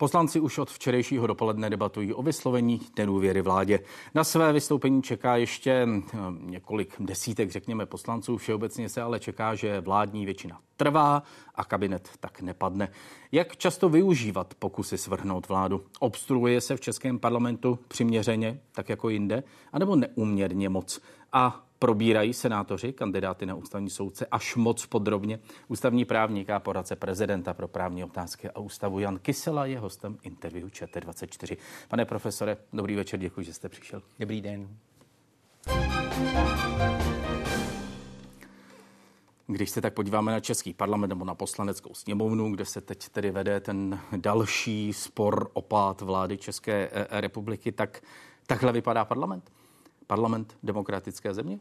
Poslanci už od včerejšího dopoledne debatují o vyslovení nedůvěry vládě. Na své vystoupení čeká ještě několik desítek, řekněme, poslanců. Všeobecně se ale čeká, že vládní většina trvá a kabinet tak nepadne. Jak často využívat pokusy svrhnout vládu? Obstruuje se v českém parlamentu přiměřeně, tak jako jinde, anebo neúměrně moc? A probírají senátoři kandidáty na ústavní soudce až moc podrobně? Ústavní právník a poradce prezidenta pro právní otázky a ústavu Jan Kysela je hostem interview ČT24. Pane profesore, dobrý večer, děkuji, že jste přišel. Dobrý den. Když se tak podíváme na český parlament nebo na poslaneckou sněmovnu, kde se teď tedy vede ten další spor o pád vlády České republiky, tak takhle vypadá parlament? Parlament demokratické země?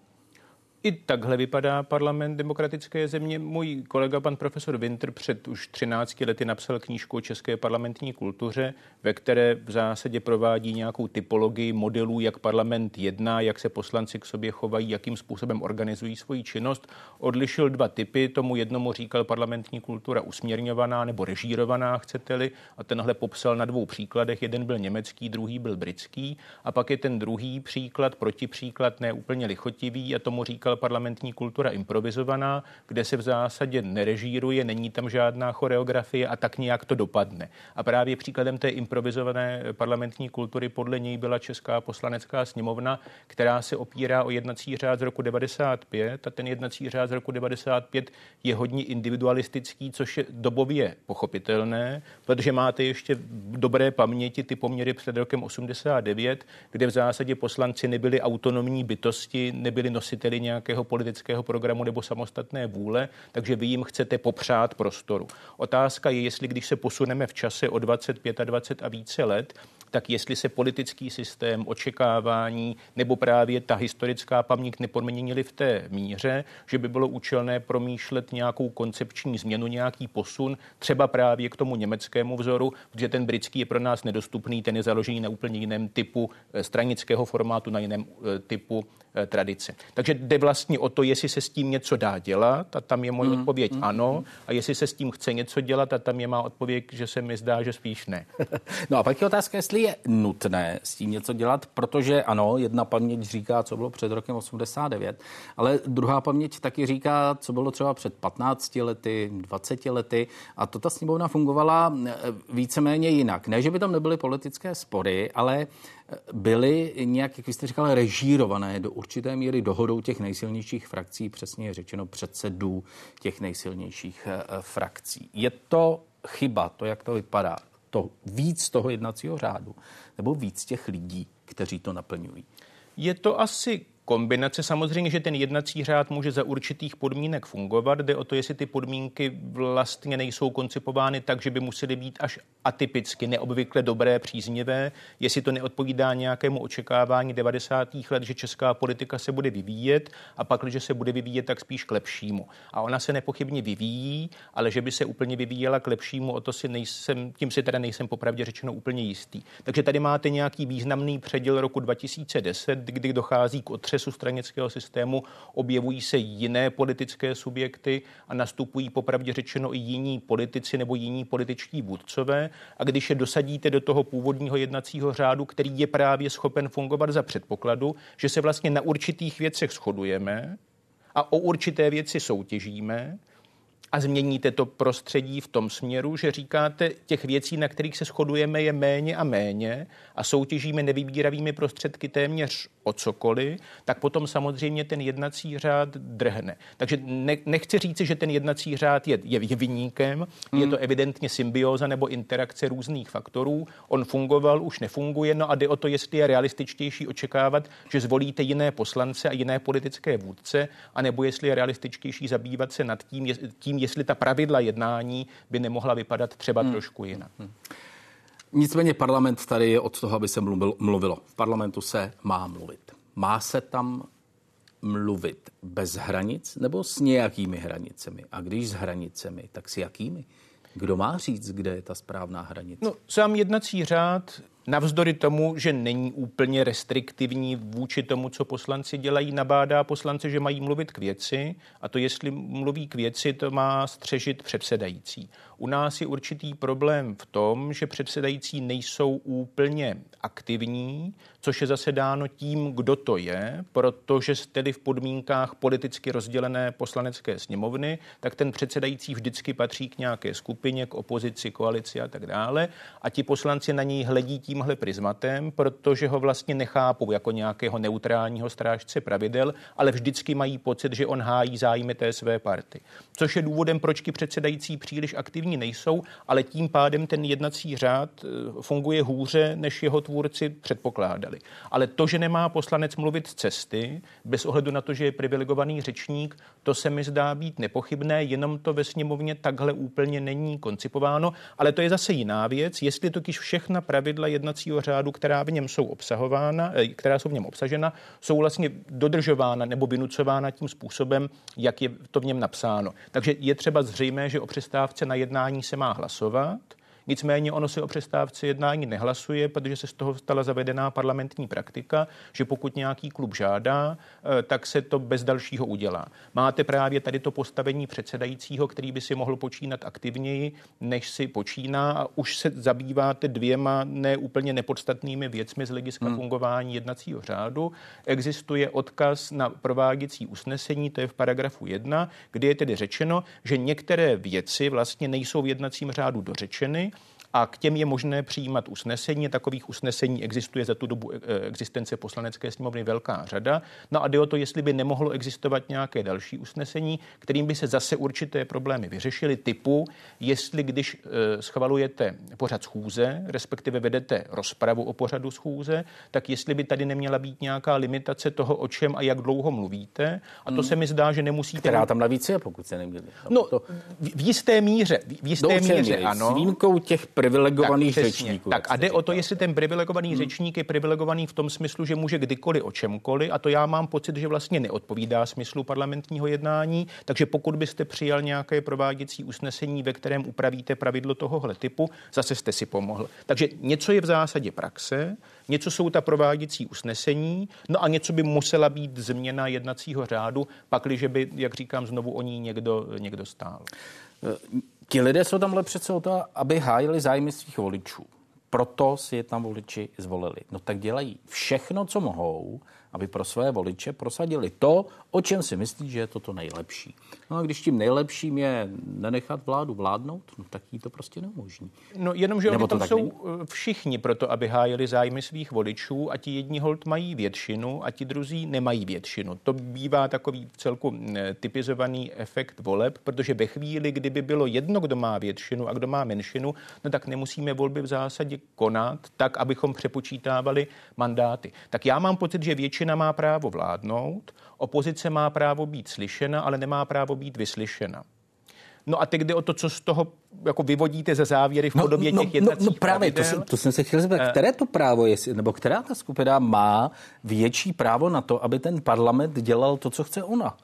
I takhle vypadá parlament demokratické země. Můj kolega, pan profesor Winter, před už 13 lety napsal knížku o české parlamentní kultuře, ve které v zásadě provádí nějakou typologii modelů, jak parlament jedná, jak se poslanci k sobě chovají, jakým způsobem organizují svoji činnost. Odlišil 2 typy. Tomu jednomu říkal parlamentní kultura usměrňovaná nebo režírovaná, chcete-li, a tenhle popsal na 2 příkladech. Jeden byl německý, druhý byl britský. A pak je ten druhý příklad, protipříklad, ne úplně lichotivý, a tomu říkal parlamentní kultura improvizovaná, kde se v zásadě nerežíruje, není tam žádná choreografie a tak nějak to dopadne. A právě příkladem té improvizované parlamentní kultury podle něj byla Česká poslanecká sněmovna, která se opírá o jednací řád z roku 95 a ten jednací řád z roku 95 je hodně individualistický, což je dobově pochopitelné, protože máte ještě v dobré paměti ty poměry před rokem 89, kde v zásadě poslanci nebyli autonomní bytosti, nebyli nositeli nějakého politického programu nebo samostatné vůle, takže vy jim chcete popřát prostoru. Otázka je, jestli když se posuneme v čase o 25 a 20 a více let, tak jestli se politický systém, očekávání nebo právě ta historická paměť neproměnily v té míře, že by bylo účelné promýšlet nějakou koncepční změnu, nějaký posun, třeba právě k tomu německému vzoru, protože ten britský je pro nás nedostupný, ten je založený na úplně jiném typu stranického formátu, na jiném typu tradice. Takže jde vlastně o to, jestli se s tím něco dá dělat, a tam je moje odpověď ano, a jestli se s tím chce něco dělat, a tam je má odpověď, že se mi zdá, že spíš ne. No a pak je otázka, jestli je nutné s tím něco dělat, protože ano, jedna paměť říká, co bylo před rokem 89, ale druhá paměť taky říká, co bylo třeba před 15 lety, 20 lety, a to ta sněmovna fungovala víceméně jinak. Ne, že by tam nebyly politické spory, ale byly nějak, jak vy jste říkal, režírované do určité míry dohodou těch nejsilnějších frakcí, přesně řečeno předsedů těch nejsilnějších frakcí. Je to chyba, to, jak to vypadá, to víc toho jednacího řádu, nebo víc těch lidí, kteří to naplňují? Je to asi kombinace. Samozřejmě, že ten jednací řád může za určitých podmínek fungovat. Jde o to, jestli ty podmínky vlastně nejsou koncipovány tak, že by musely být až atypicky, neobvykle dobré, příznivé, jestli to neodpovídá nějakému očekávání 90. let, že česká politika se bude vyvíjet, a pak, když se bude vyvíjet, tak spíš k lepšímu. A ona se nepochybně vyvíjí, ale že by se úplně vyvíjela k lepšímu, o to tím si teda nejsem popravdě řečeno úplně jistý. Takže tady máte nějaký významný předěl roku 2010, kdy dochází k otřesu stranického systému, objevují se jiné politické subjekty a nastupují popravdě řečeno i jiní politici nebo jiní političtí vůdcové. A když je dosadíte do toho původního jednacího řádu, který je právě schopen fungovat za předpokladu, že se vlastně na určitých věcech shodujeme a o určité věci soutěžíme, a změníte to prostředí v tom směru, že říkáte, těch věcí, na kterých se shodujeme, je méně a méně a soutěžíme nevybíravými prostředky téměř o cokoliv, tak potom samozřejmě ten jednací řád drhne. Takže nechci říci, že ten jednací řád je viníkem, je to evidentně symbióza nebo interakce různých faktorů. On fungoval, už nefunguje, no a jde o to, jestli je realističtější očekávat, že zvolíte jiné poslance a jiné politické vůdce, anebo jestli je realističtější zabývat se nad tím, jestli ta pravidla jednání by nemohla vypadat třeba trošku jinak. Nicméně parlament tady je od toho, aby se mluvilo. V parlamentu se má mluvit. Má se tam mluvit bez hranic nebo s nějakými hranicemi? A když s hranicemi, tak s jakými? Kdo má říct, kde je ta správná hranice? No, sám jednací řád navzdory tomu, že není úplně restriktivní vůči tomu, co poslanci dělají, nabádá poslance, že mají mluvit k věci, a to jestli mluví k věci, to má střežit předsedající. U nás je určitý problém v tom, že předsedající nejsou úplně aktivní, což je zase dáno tím, kdo to je, protože tedy v podmínkách politicky rozdělené poslanecké sněmovny, tak ten předsedající vždycky patří k nějaké skupině, k opozici, koalici a tak dále. A ti poslanci na něj hledí tímhle prismatem, protože ho vlastně nechápou jako nějakého neutrálního strážce pravidel, ale vždycky mají pocit, že on hájí zájmy té své party. Což je důvodem, proč ti předsedající příliš aktivní nejsou, ale tím pádem ten jednací řád funguje hůře, než jeho tvůrci předpokládali. Ale to, že nemá poslanec mluvit z cesty, bez ohledu na to, že je privilegovaný řečník, to se mi zdá být nepochybné, jenom to ve sněmovně takhle úplně není koncipováno, ale to je zase jiná věc, jestli totiž všechna pravidla jednacího řádu, která v něm jsou která jsou v něm obsažena, jsou vlastně dodržována nebo vynucována tím způsobem, jak je to v něm napsáno. Takže je třeba zřejmé, že o přestávce na jednání se má hlasovat. Nicméně ono se o přestávce jednání nehlasuje, protože se z toho stala zavedená parlamentní praktika, že pokud nějaký klub žádá, tak se to bez dalšího udělá. Máte právě tady to postavení předsedajícího, který by si mohl počínat aktivněji, než si počíná, a už se zabýváte dvěma neúplně nepodstatnými věcmi z hlediska fungování jednacího řádu. Existuje odkaz na prováděcí usnesení, to je v paragrafu 1, kde je tedy řečeno, že některé věci vlastně nejsou v jednacím řádu dořečeny, a k těm je možné přijímat usnesení. Takových usnesení existuje za tu dobu existence poslanecké sněmovny velká řada. No a jde o to, jestli by nemohlo existovat nějaké další usnesení, kterým by se zase určité problémy vyřešily, typu, jestli když schvalujete pořad schůze, respektive vedete rozpravu o pořadu schůze, tak jestli by tady neměla být nějaká limitace toho, o čem a jak dlouho mluvíte. A to se mi zdá, že nemusíte... Která tam navíc je, pokud se neměli. No, v jisté míře, ano. S výjimkou těch privilegovaných řečníků. Tak a jde o to, jestli ten privilegovaný řečník je privilegovaný v tom smyslu, že může kdykoliv o čemkoliv, a to já mám pocit, že vlastně neodpovídá smyslu parlamentního jednání, takže pokud byste přijal nějaké prováděcí usnesení, ve kterém upravíte pravidlo tohohle typu, zase jste si pomohl. Takže něco je v zásadě praxe, něco jsou ta prováděcí usnesení, no a něco by musela být změna jednacího řádu, pakliže by, jak říkám, znovu o ní někdo stál. Ti lidé jsou tamhle přece o to, aby hájili zájmy svých voličů. Proto si je tam voliči zvolili. No tak dělají všechno, co mohou, aby pro své voliče prosadili to, o čem si myslí, že je to nejlepší. No a když tím nejlepším je nenechat vládu vládnout, no tak jí to prostě neumožní. No jenomže oni tam jsou všichni proto, aby hájili zájmy svých voličů, a ti jedni holt mají většinu a ti druzí nemají většinu. To bývá takový celku typizovaný efekt voleb, protože ve chvíli, kdyby bylo jedno, kdo má většinu a kdo má menšinu, no tak nemusíme volby v zásadě konat tak, abychom přepočítávali mandáty. Tak já mám pocit, že většina má právo vládnout, opozice má právo být slyšena, ale nemá právo být vyslyšena. No a teď jde o to, co z toho jako vyvodíte ze závěry v podobě těch jednacích právě, to jsem se chtěl zeptat, které to právo je, nebo která ta skupina má větší právo na to, aby ten parlament dělal to, co chce ona?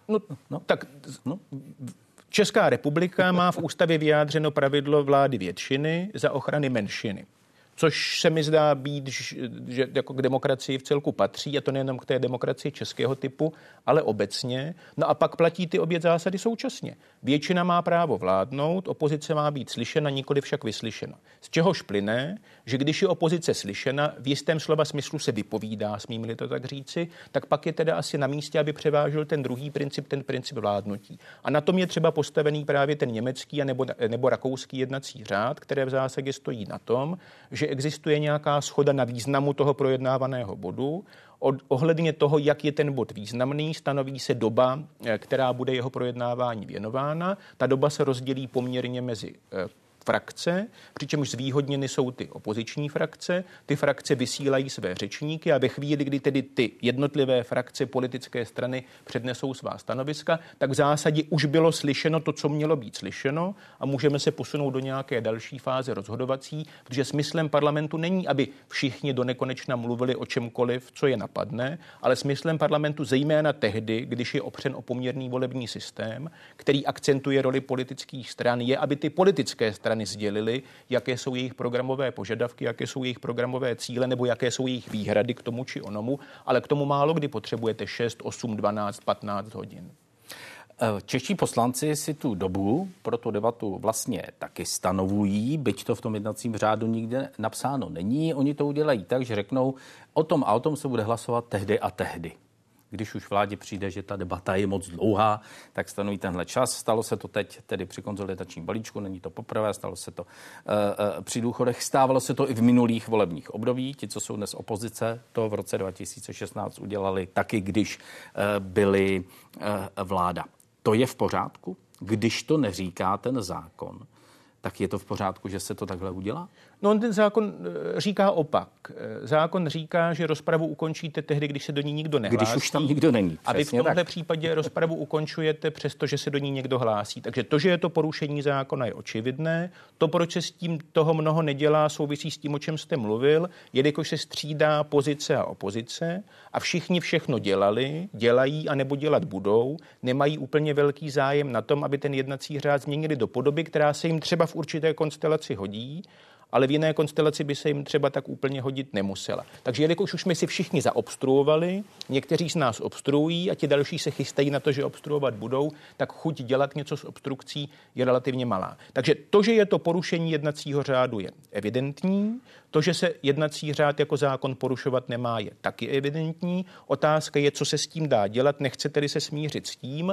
Česká republika má v ústavě vyjádřeno pravidlo vlády většiny za ochrany menšiny. Což se mi zdá být, že jako k demokracii v celku patří, a to nejenom k té demokracii českého typu, ale obecně. No a pak platí ty obě zásady současně. Většina má právo vládnout, opozice má být slyšena, nikoli však vyslyšena. Z čehož plyne, že když je opozice slyšena, v jistém slova smyslu se vypovídá, smím-li to tak říci, tak pak je teda asi na místě, aby převážil ten druhý princip, ten princip vládnutí. A na tom je třeba postavený právě ten německý nebo rakouský jednací řád, které v zásadě stojí na tom, že existuje nějaká shoda na významu toho projednávaného bodu. Ohledně toho, jak je ten bod významný, stanoví se doba, která bude jeho projednávání věnována. Ta doba se rozdělí poměrně mezi frakce, přičemž zvýhodněny jsou ty opoziční frakce. Ty frakce vysílají své řečníky a ve chvíli, kdy tedy ty jednotlivé frakce politické strany přednesou svá stanoviska, tak v zásadě už bylo slyšeno to, co mělo být slyšeno, a můžeme se posunout do nějaké další fáze rozhodovací, protože smyslem parlamentu není, aby všichni do nekonečna mluvili o čemkoliv, co je napadne, ale smyslem parlamentu zejména tehdy, když je opřen o poměrný volební systém, který akcentuje roli politických stran, je, aby ty politické strany strany sdělily, jaké jsou jejich programové požadavky, jaké jsou jejich programové cíle nebo jaké jsou jejich výhrady k tomu či onomu, ale k tomu málo kdy potřebujete 6, 8, 12, 15 hodin. Čeští poslanci si tu dobu pro tu debatu vlastně taky stanovují, byť to v tom jednacím řádu nikde napsáno není. Oni to udělají tak, že řeknou, o tom a o tom se bude hlasovat tehdy a tehdy. Když už vládě přijde, že ta debata je moc dlouhá, tak stanoví tenhle čas. Stalo se to teď tedy při konsolidačním balíčku, není to poprvé, stalo se to při důchodech, stávalo se to i v minulých volebních období. Ti, co jsou dnes opozice, to v roce 2016 udělali taky, když byli vláda. To je v pořádku? Když to neříká ten zákon, tak je to v pořádku, že se to takhle udělá? No, ten zákon říká opak. Zákon říká, že rozpravu ukončíte tehdy, když se do ní nikdo nehlásí. Když už tam nikdo není. A vy v tomhle případě rozpravu ukončujete, přestože se do ní někdo hlásí. Takže to, že je to porušení zákona, je očividné. To, proč se s tím toho mnoho nedělá, souvisí s tím, o čem jste mluvil, jelikož se střídá pozice a opozice a všichni všechno dělali, dělají a nebo dělat budou, nemají úplně velký zájem na tom, aby ten jednací řád změnili do podoby, která se jim třeba v určité konstelaci hodí, ale v jiné konstelaci by se jim třeba tak úplně hodit nemusela. Takže jelikož už jsme si všichni zaobstruovali, někteří z nás obstruují a ti další se chystají na to, že obstruovat budou, tak chuť dělat něco s obstrukcí je relativně malá. Takže to, že je to porušení jednacího řádu, je evidentní. To, že se jednací řád jako zákon porušovat nemá, je taky evidentní. Otázka je, co se s tím dá dělat. Nechcete-li se smířit s tím,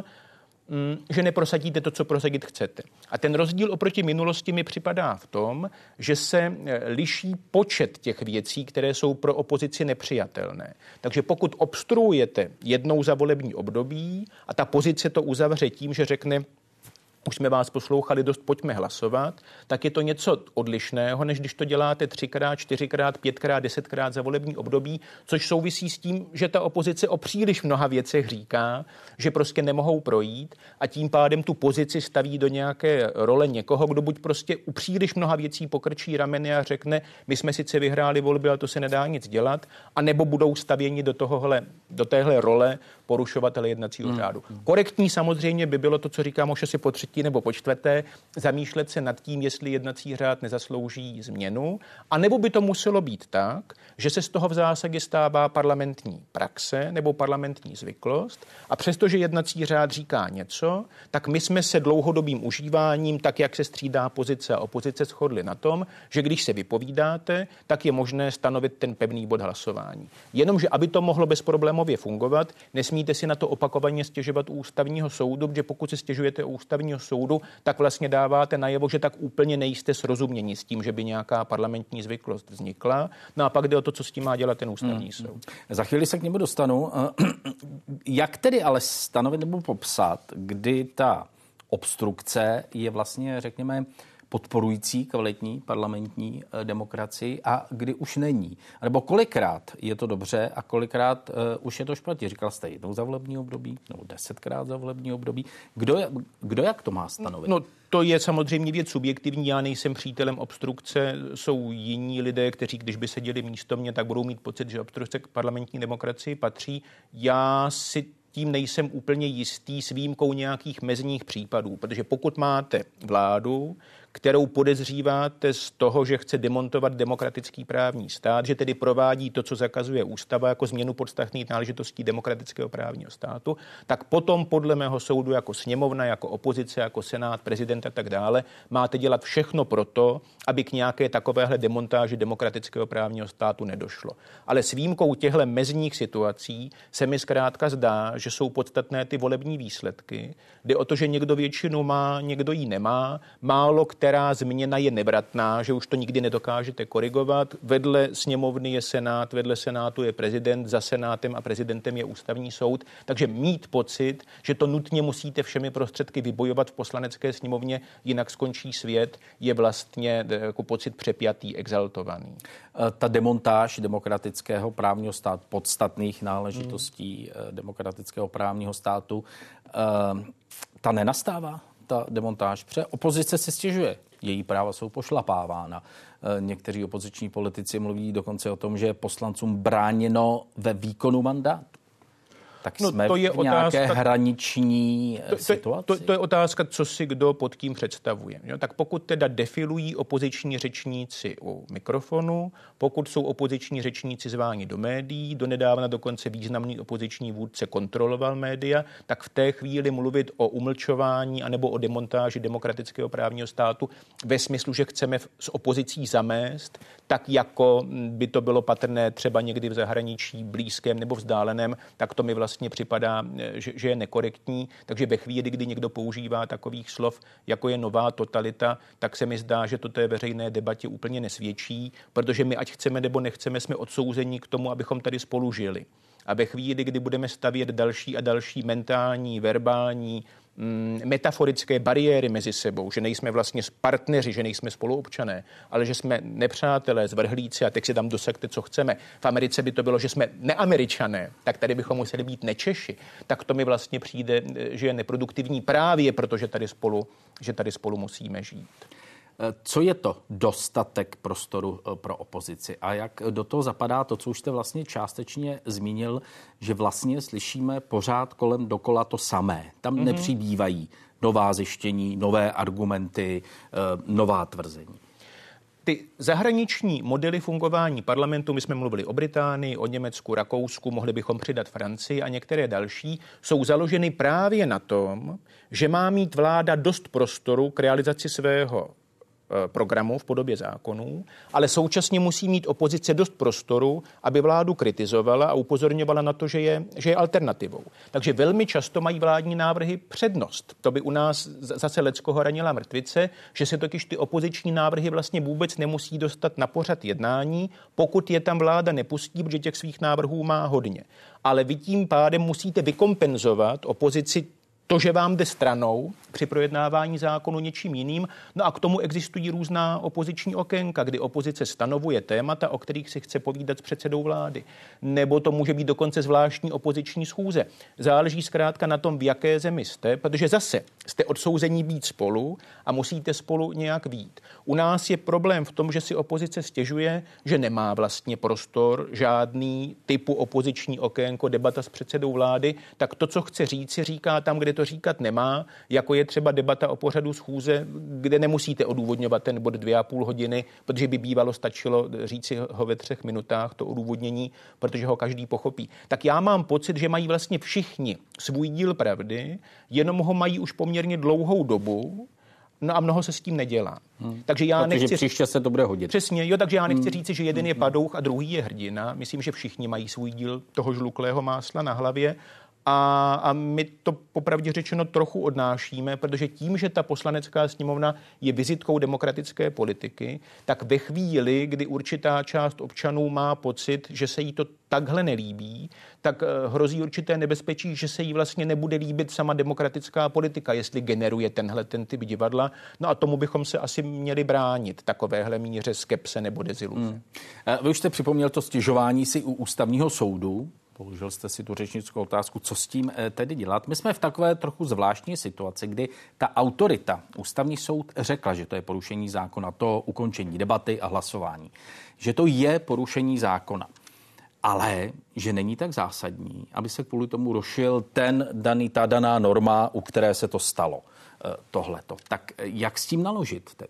že neprosadíte to, co prosadit chcete. A ten rozdíl oproti minulosti mi připadá v tom, že se liší počet těch věcí, které jsou pro opozici nepřijatelné. Takže pokud obstruujete jednou za volební období a ta pozice to uzavře tím, že řekne, už jsme vás poslouchali, dost pojďme hlasovat, tak je to něco odlišného, než když to děláte 3x, 4x, 5x, 10x za volební období, což souvisí s tím, že ta opozice o příliš mnoha věcech říká, že prostě nemohou projít a tím pádem tu pozici staví do nějaké role někoho, kdo buď prostě u příliš mnoha věcí pokrčí rameny a řekne, my jsme sice vyhráli volby, ale to se nedá nic dělat, anebo budou stavěni do téhle role porušovatele jednacího řádu. Korektní samozřejmě by bylo to, co říkám už asi po třetí nebo po čtvrté, zamýšlet se nad tím, jestli jednací řád nezaslouží změnu, anebo by to muselo být tak, že se z toho v zásadě stává parlamentní praxe nebo parlamentní zvyklost a přestože jednací řád říká něco, tak my jsme se dlouhodobým užíváním, tak jak se střídá pozice a opozice, shodli na tom, že když se vypovídáte, tak je možné stanovit ten pevný bod hlasování. Jenomže aby to mohlo bezproblémově fungovat, nesmíte si na to opakovaně stěžovat u ústavního soudu, protože pokud se stěžujete u ústavního soudu, tak vlastně dáváte najevo, že tak úplně nejste srozuměni s tím, že by nějaká parlamentní zvyklost vznikla. No a pak jde o to, co s tím má dělat ten ústavní soud. Za chvíli se k němu dostanu. Jak tedy ale stanovit nebo popsat, kdy ta obstrukce je vlastně, řekněme, podporující kvalitní parlamentní demokracii a kdy už není? Nebo kolikrát je to dobře a kolikrát už je to špatně? Říkal jste jednou za volební období nebo 10krát za volební období. Kdo jak to má stanovit? No, to je samozřejmě věc subjektivní. Já nejsem přítelem obstrukce. Jsou jiní lidé, kteří, když by seděli místo mě, tak budou mít pocit, že obstrukce k parlamentní demokracii patří. Já si tím nejsem úplně jistý s výjimkou nějakých mezních případů, protože pokud máte vládu, kterou podezříváte z toho, že chce demontovat demokratický právní stát, že tedy provádí to, co zakazuje ústava jako změnu podstatných náležitostí demokratického právního státu, tak potom podle mého soudu jako sněmovna, jako opozice, jako senát, prezident a tak dále máte dělat všechno proto, aby k nějaké takovéhle demontáži demokratického právního státu nedošlo. Ale s výjimkou těchto mezních situací se mi zkrátka zdá, že jsou podstatné ty volební výsledky. Jde o to, že někdo většinu má, někdo ji nemá, málo která změna je nevratná, že už to nikdy nedokážete korigovat. Vedle sněmovny je senát, vedle senátu je prezident, za senátem a prezidentem je ústavní soud. Takže mít pocit, že to nutně musíte všemi prostředky vybojovat v poslanecké sněmovně, jinak skončí svět, je vlastně jako pocit přepjatý, exaltovaný. Ta demontáž demokratického právního státu, podstatných náležitostí demokratického právního státu, ta nenastává? Ta demontáž. Protože opozice si stěžuje. Její práva jsou pošlapávána. Někteří opoziční politici mluví dokonce o tom, že je poslancům bráněno ve výkonu mandátu. Tak jsme v nějaké hraniční situaci. To je otázka, co si kdo pod tím představuje. Jo? Tak pokud teda defilují opoziční řečníci u mikrofonu, pokud jsou opoziční řečníci zváni do médií, donedávna dokonce významný opoziční vůdce kontroloval média, tak v té chvíli mluvit o umlčování anebo o demontáži demokratického právního státu ve smyslu, že chceme s opozicí zamést, tak jako by to bylo patrné třeba někdy v zahraničí blízkém nebo vzdáleném, tak to mi vlastně připadá, že je nekorektní. Takže ve chvíli, kdy někdo používá takových slov, jako je nová totalita, tak se mi zdá, že to té veřejné debatě úplně nesvědčí, protože my, ať chceme nebo nechceme, jsme odsouzeni k tomu, abychom tady spolu žili. A ve chvíli, kdy budeme stavět další a další mentální, verbální, metaforické bariéry mezi sebou, že nejsme vlastně partneři, že nejsme spoluobčané, ale že jsme nepřátelé, zvrhlíci a teď si tam dosaďte, co chceme. V Americe by to bylo, že jsme neameričané, tak tady bychom museli být nečeši. Tak to mi vlastně přijde, že je neproduktivní právě, protože tady spolu musíme žít. Co je to dostatek prostoru pro opozici a jak do toho zapadá to, co už jste vlastně částečně zmínil, že vlastně slyšíme pořád kolem dokola to samé. Tam nepřibývají nová zjištění, nové argumenty, nová tvrzení. Ty zahraniční modely fungování parlamentu, my jsme mluvili o Británii, o Německu, Rakousku, mohli bychom přidat Francii a některé další, jsou založeny právě na tom, že má mít vláda dost prostoru k realizaci svého programu v podobě zákonů, ale současně musí mít opozice dost prostoru, aby vládu kritizovala a upozorňovala na to, že je alternativou. Takže velmi často mají vládní návrhy přednost. To by u nás zase leckoho ranila mrtvice, že se totiž ty opoziční návrhy vlastně vůbec nemusí dostat na pořad jednání, pokud je tam vláda nepustí, protože těch svých návrhů má hodně. Ale vy tím pádem musíte vykompenzovat opozici to, že vám jde stranou při projednávání zákonu něčím jiným. No a k tomu existují různá opoziční okénka, kdy opozice stanovuje témata, o kterých si chce povídat s předsedou vlády. Nebo to může být dokonce zvláštní opoziční schůze. Záleží zkrátka na tom, v jaké zemi jste, protože zase jste odsouzení být spolu a musíte spolu nějak vyjít. U nás je problém v tom, že si opozice stěžuje, že nemá vlastně prostor žádný typu opoziční okénko, debata s předsedou vlády, tak to, co chce říct, říká tam, kde to říkat nemá, jako je třeba debata o pořadu schůze, kde nemusíte odůvodňovat ten bod 2,5 hodiny, protože by bývalo stačilo říci ho ve 3 minutách, to odůvodnění, protože ho každý pochopí. Tak já mám pocit, že mají vlastně všichni svůj díl pravdy, jenom ho mají už poměrně dlouhou dobu, no a mnoho se s tím nedělá. Takže já nechci, příště se to bude hodit. Přesně, jo, takže já nechci říci, že jeden je padouch a druhý je hrdina. Myslím, že všichni mají svůj díl toho žluklého másla na hlavě. A my to popravdě řečeno trochu odnášíme, protože tím, že ta poslanecká sněmovna je vizitkou demokratické politiky, tak ve chvíli, kdy určitá část občanů má pocit, že se jí to takhle nelíbí, tak hrozí určité nebezpečí, že se jí vlastně nebude líbit sama demokratická politika, jestli generuje ten typ divadla. No a tomu bychom se asi měli bránit, takovéhle míře skepse nebo deziluze. Vy už jste připomněl to stěžování si u ústavního soudu. Položil jste si tu řečnickou otázku, co s tím tedy dělat. My jsme v takové trochu zvláštní situaci, kdy ta autorita, ústavní soud řekla, že to je porušení zákona, to ukončení debaty a hlasování, že to je porušení zákona, ale že není tak zásadní, aby se kvůli tomu rušil ta daná norma, u které se to stalo, tohleto. Tak jak s tím naložit teď?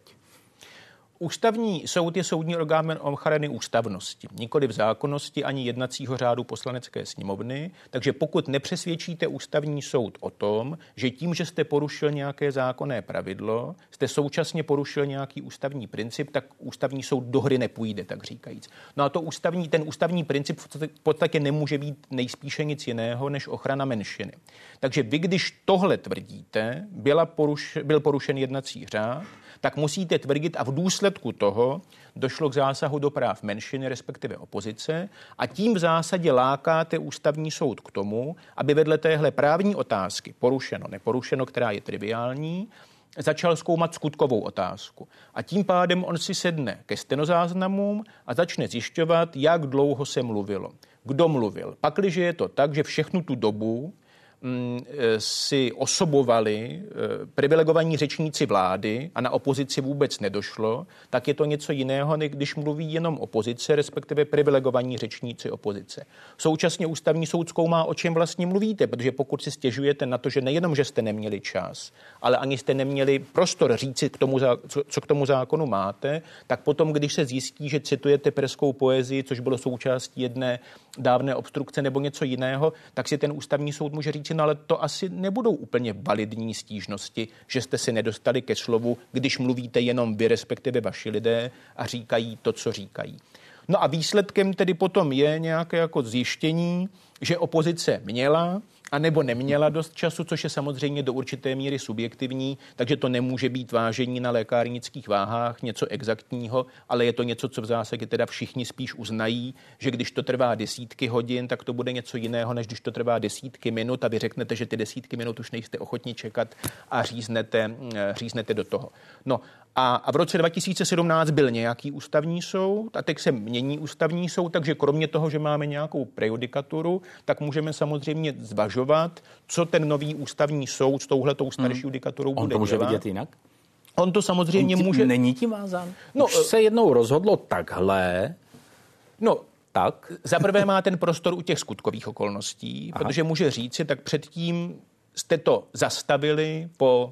Ústavní soud je soudní orgán ochrany ústavnosti, nikoli v zákonnosti ani jednacího řádu Poslanecké sněmovny, takže pokud nepřesvědčíte ústavní soud o tom, že tím, že jste porušil nějaké zákonné pravidlo, jste současně porušil nějaký ústavní princip, tak ústavní soud do hry nepůjde, tak říkajíc. No a ten ústavní princip v podstatě nemůže být nejspíše nic jiného než ochrana menšiny. Takže vy, když tohle tvrdíte, byl porušen jednací řád, tak musíte tvrdit a v důsledku toho došlo k zásahu do práv menšiny, respektive opozice a tím v zásadě lákáte ústavní soud k tomu, aby vedle téhle právní otázky porušeno, neporušeno, která je triviální, začal zkoumat skutkovou otázku. A tím pádem on si sedne ke stenozáznamům a začne zjišťovat, jak dlouho se mluvilo. Kdo mluvil? Pakliže je to tak, že všechnu tu dobu si osobovali privilegovaní řečníci vlády a na opozici vůbec nedošlo, tak je to něco jiného, než když mluví jenom opozice, respektive privilegovaní řečníci opozice. Současně ústavní soud zkoumá, o čem vlastně mluvíte, protože pokud si stěžujete na to, že nejenom, že jste neměli čas, ale ani jste neměli prostor říci, co k tomu zákonu máte, tak potom, když se zjistí, že citujete perskou poezii, což bylo součástí jedné dávné obstrukce nebo něco jiného, tak si ten ústavní soud může říct, no ale to asi nebudou úplně validní stížnosti, že jste si nedostali ke slovu, když mluvíte jenom vy, respektive vaši lidé a říkají to, co říkají. No a výsledkem tedy potom je nějaké jako zjištění, že opozice měla a nebo neměla dost času, což je samozřejmě do určité míry subjektivní, takže to nemůže být vážení na lékárnických váhách, něco exaktního, ale je to něco, co v zásadě teda všichni spíš uznají, že když to trvá desítky hodin, tak to bude něco jiného, než když to trvá desítky minut a vy řeknete, že ty desítky minut už nejste ochotni čekat a říznete do toho. No a v roce 2017 byl nějaký ústavní soud a teď se mění ústavní soud, takže kromě toho, že máme nějakou prejudikaturu, tak můžeme samozřejmě zvažovat, co ten nový ústavní soud s touhletou starší judikaturou bude dělat. On to může vidět jinak? On to samozřejmě může... Není tím vázán? No, už se jednou rozhodlo takhle. No, tak. Zaprvé má ten prostor u těch skutkových okolností, protože může říci, tak předtím jste to zastavili po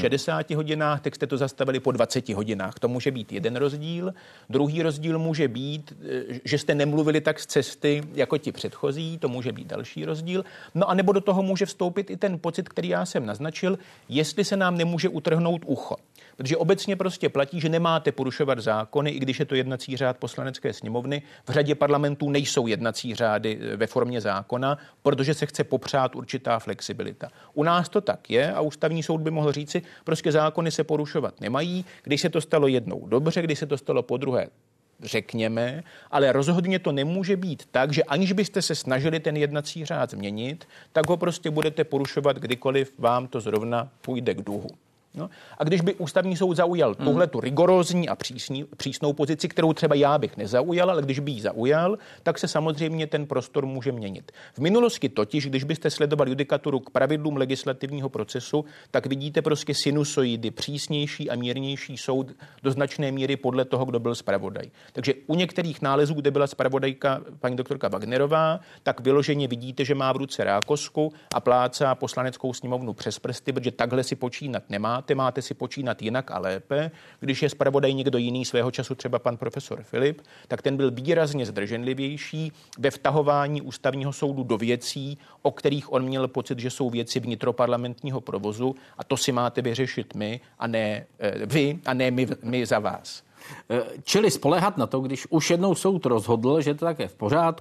60 hodinách, tak jste to zastavili po 20 hodinách. To může být jeden rozdíl. Druhý rozdíl může být, že jste nemluvili tak z cesty jako ti předchozí, to může být další rozdíl. No a nebo do toho může vstoupit i ten pocit, který já jsem naznačil, jestli se nám nemůže utrhnout ucho. Protože obecně prostě platí, že nemáte porušovat zákony, i když je to jednací řád Poslanecké sněmovny. V řadě parlamentů nejsou jednací řády ve formě zákona, protože se chce popřát určitá flexibilita. U nás to tak je a ústavní soud by mohl říci, prostě zákony se porušovat nemají. Když se to stalo jednou dobře, když se to stalo podruhé, řekněme, ale rozhodně to nemůže být tak, že aniž byste se snažili ten jednací řád změnit, tak ho prostě budete porušovat, kdykoliv vám to zrovna půjde k duhu. No. A když by ústavní soud zaujal tuhletu rigorózní a přísnou pozici, kterou třeba já bych nezaujal, ale když by ji zaujal, tak se samozřejmě ten prostor může měnit. V minulosti totiž, když byste sledovali judikaturu k pravidlům legislativního procesu, tak vidíte prostě sinusoidy, přísnější a mírnější soud do značné míry podle toho, kdo byl zpravodaj. Takže u některých nálezů, kde byla zpravodajka paní doktorka Wagnerová, tak vyloženě vidíte, že má v ruce rákosku a plácá Poslaneckou sněmovnu přes prsty, protože takhle si počínat nemáte. Máte si počínat jinak a lépe. Když je zpravodaj někdo jiný, svého času třeba pan profesor Filip, tak ten byl výrazně zdrženlivější ve vtahování ústavního soudu do věcí, o kterých on měl pocit, že jsou věci vnitroparlamentního provozu a to si máte vyřešit my a ne vy a ne my za vás. Čili spoléhat na to, když už jednou soud rozhodl, že to tak je v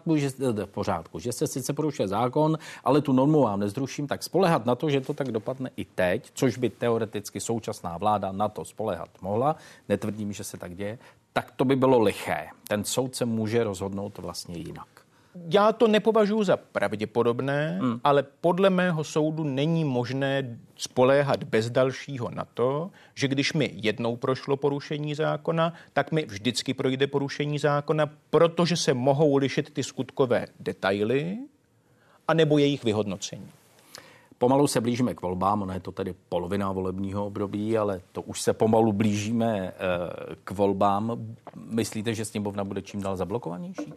pořádku, že se sice porušuje zákon, ale tu normu vám nezruším, tak spoléhat na to, že to tak dopadne i teď, což by teoreticky současná vláda na to spoléhat mohla, netvrdím, že se tak děje, tak to by bylo liché. Ten soud se může rozhodnout vlastně jinak. Já to nepovažuji za pravděpodobné, ale podle mého soudu není možné spoléhat bez dalšího na to, že když mi jednou prošlo porušení zákona, tak mi vždycky projde porušení zákona, protože se mohou lišit ty skutkové detaily anebo jejich vyhodnocení. Pomalu se blížíme k volbám, ono je to tedy polovina volebního období, ale to už se pomalu blížíme k volbám. Myslíte, že sněmovna bude čím dál zablokovanější?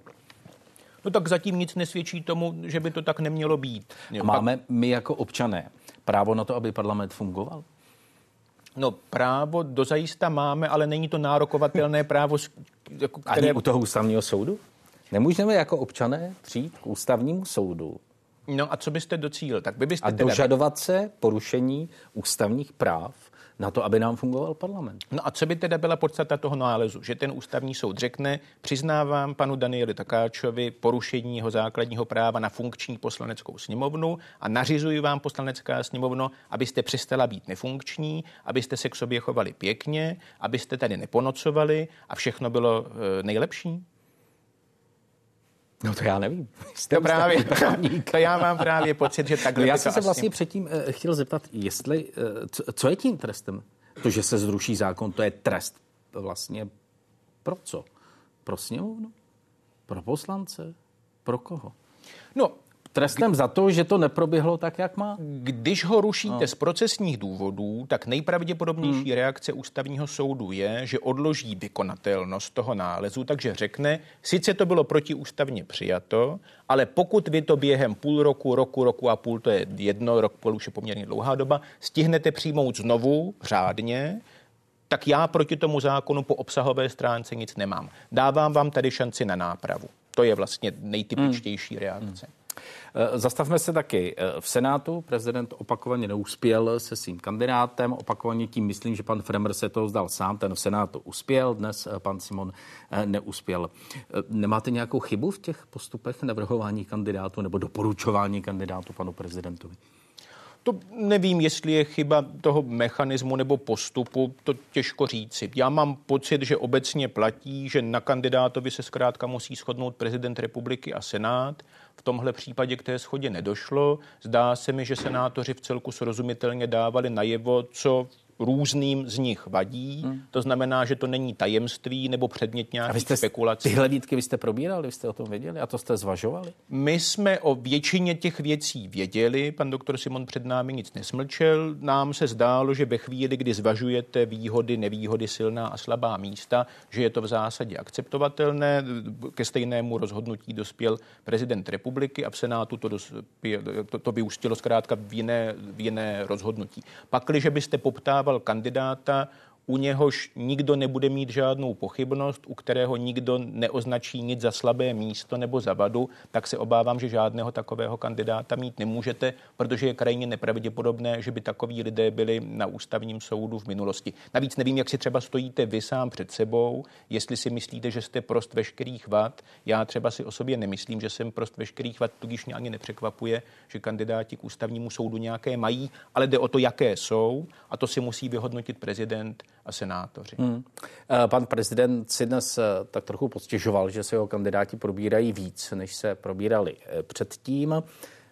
No tak zatím nic nesvědčí tomu, že by to tak nemělo být. Máme my jako občané právo na to, aby parlament fungoval? No právo dozajista máme, ale není to nárokovatelné právo, které... Ani u toho ústavního soudu? Nemůžeme jako občané přijít k ústavnímu soudu No a co byste docílil? Tak byste a dožadovat se porušení ústavních práv na to, aby nám fungoval parlament. No a co by teda byla podstata toho nálezu? Že ten ústavní soud řekne, přiznávám panu Danieli Takáčovi porušení jeho základního práva na funkční poslaneckou sněmovnu a nařizuji vám, poslanecká sněmovno, abyste přestala být nefunkční, abyste se k sobě chovali pěkně, abyste tady neponocovali a všechno bylo nejlepší? No to já nevím. To právě, to já mám právě pocit, že takhle já jsem se vlastně předtím chtěl zeptat, jestli, co je tím trestem? To, že se zruší zákon, to je trest vlastně pro co? Pro sněmovnu? Pro poslance? Pro koho? No, trestem za to, že to neproběhlo tak, jak má? Když ho rušíte z procesních důvodů, tak nejpravděpodobnější reakce ústavního soudu je, že odloží vykonatelnost toho nálezu, takže řekne, sice to bylo protiústavně přijato, ale pokud vy to během půl roku, roku a půl, to je jedno, rok půl už je poměrně dlouhá doba, stihnete přijmout znovu řádně, tak já proti tomu zákonu po obsahové stránce nic nemám. Dávám vám tady šanci na nápravu. To je vlastně nejtypičtější reakce. Zastavme se taky. V Senátu prezident opakovaně neuspěl se svým kandidátem. Opakovaně tím myslím, že pan Fremer se toho vzdal sám. Ten v Senátu uspěl, dnes pan Simon neuspěl. Nemáte nějakou chybu v těch postupech navrhování kandidátů nebo doporučování kandidátů panu prezidentovi? To nevím, jestli je chyba toho mechanismu nebo postupu, to těžko říci. Já mám pocit, že obecně platí, že na kandidátovi se zkrátka musí shodnout prezident republiky a Senát. V tomhle případě k té shodě nedošlo. Zdá se mi, že senátoři v celku srozumitelně dávali najevo, co různým z nich vadí. To znamená, že to není tajemství nebo předmět nějakých spekulací. Tyhle výtky vy jste probírali, vy jste o tom věděli a to jste zvažovali? My jsme o většině těch věcí věděli, pan doktor Simon před námi nic nesmlčel. Nám se zdálo, že ve chvíli, kdy zvažujete výhody, nevýhody, silná a slabá místa, že je to v zásadě akceptovatelné. Ke stejnému rozhodnutí dospěl prezident republiky a v Senátu to vyústilo zkrátka v jiné rozhodnutí. Pakliže byste poptávali kandidáta, u něhož nikdo nebude mít žádnou pochybnost, u kterého nikdo neoznačí nic za slabé místo nebo za vadu, tak se obávám, že žádného takového kandidáta mít nemůžete, protože je krajně nepravděpodobné, že by takoví lidé byli na ústavním soudu v minulosti. Navíc nevím, jak si třeba stojíte vy sám před sebou, jestli si myslíte, že jste prost veškerých vad. Já třeba si o sobě nemyslím, že jsem prost veškerých vad, tudíž mě ani nepřekvapuje, že kandidáti k ústavnímu soudu nějaké mají, ale jde o to, jaké jsou, a to si musí vyhodnotit prezident a senátoři. Pan prezident si dnes tak trochu postěžoval, že se jeho kandidáti probírají víc, než se probírali předtím.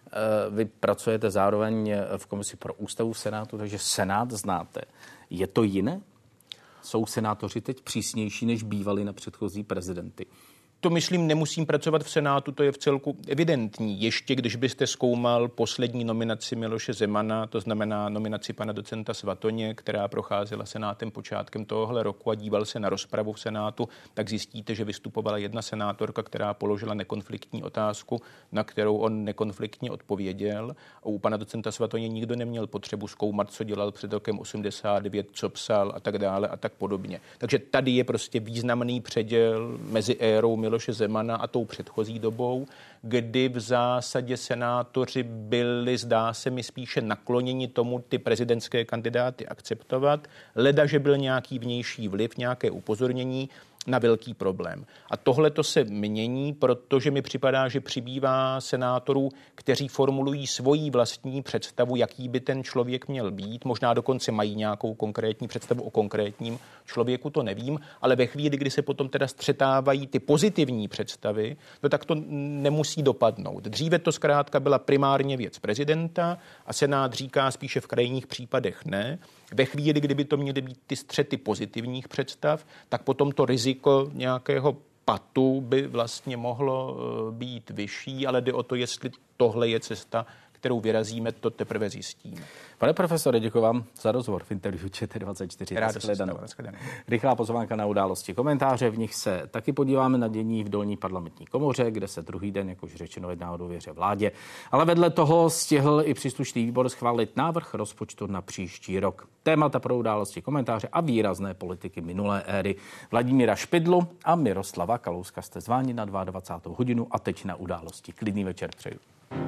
Vy pracujete zároveň v komisi pro ústavu v Senátu, takže Senát znáte. Je to jiné? Jsou senátoři teď přísnější, než bývali na předchozí prezidenty? To myslím, nemusím pracovat v Senátu, to je v celku evidentní. Ještě když byste zkoumal poslední nominaci Miloše Zemana, to znamená nominaci pana docenta Svatoně, která procházela Senátem počátkem tohohle roku a díval se na rozpravu v Senátu, tak zjistíte, že vystupovala jedna senátorka, která položila nekonfliktní otázku, na kterou on nekonfliktně odpověděl. A u pana docenta Svatoně nikdo neměl potřebu zkoumat, co dělal před rokem 89, co psal a tak dále a tak podobně. Takže tady je prostě významný předěl mezi érou Miloše Zemana a tou předchozí dobou, kdy v zásadě senátoři byli, zdá se mi, spíše nakloněni tomu ty prezidentské kandidáty akceptovat, leda, že byl nějaký vnější vliv, nějaké upozornění na velký problém. A tohle to se mění, protože mi připadá, že přibývá senátorů, kteří formulují svoji vlastní představu, jaký by ten člověk měl být. Možná dokonce mají nějakou konkrétní představu o konkrétním člověku, to nevím, ale ve chvíli, kdy se potom teda střetávají ty pozitivní představy, no tak to nemusí dopadnout. Dříve to zkrátka byla primárně věc prezidenta a Senát říká spíše v krajních případech ne. Ve chvíli, kdyby to měly být ty střety pozitivních představ, tak potom to riziko nějakého patu by vlastně mohlo být vyšší, ale jde o to, jestli tohle je cesta, kterou vyrazíme, to teprve zjistíme. Pane profesore, děkuji vám za rozhovor v interview ČT24. Rád se Rychlá pozvánka na Události komentáře, v nich se taky podíváme na dění v dolní parlamentní komoře, kde se druhý den, jak už řečeno, jedná o důvěře vládě. Ale vedle toho stihl i příslušný výbor schválit návrh rozpočtu na příští rok. Témata pro Události komentáře a výrazné politiky minulé éry. Vladimíra Špidlu a Miroslava Kalouska jste zváni na 22. hodinu a teď na Události. Klidný večer přeju.